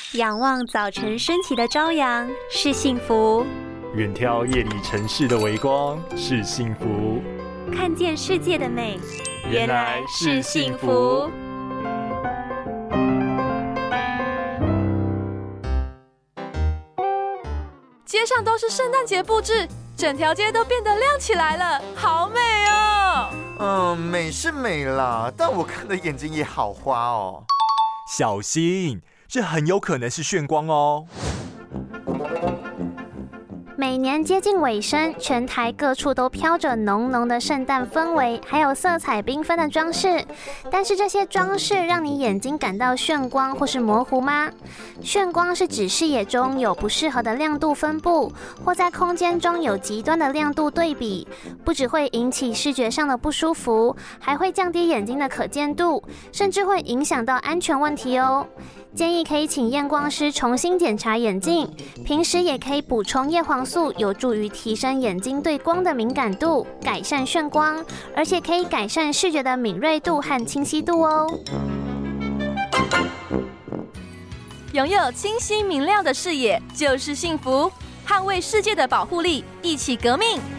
仰望早晨升起的朝阳是幸福， 远眺夜里城市的微光是幸福， 看见世界的美原来是幸福。 街上都是圣诞节布置，整条街都变得亮起来了，好美哦！ 美是美啦，但我看的眼睛也好花哦。 小心，这很有可能是眩光哦。 每年接近尾声，全台各处都飘着浓浓的圣诞氛围，还有色彩缤纷的装饰。但是这些装饰让你眼睛感到眩光或是模糊吗？眩光是指视野中有不适合的亮度分布，或在空间中有极端的亮度对比，不只会引起视觉上的不舒服，还会降低眼睛的可见度，甚至会影响到安全问题哦。建议可以请验光师重新检查眼镜，平时也可以补充叶黄素，有助于提升眼睛对光的敏感度，改善眩光，而且可以改善视觉的敏锐度和清晰度哦。 拥有清晰明亮的视野就是幸福，捍卫世界的保护力，一起革命。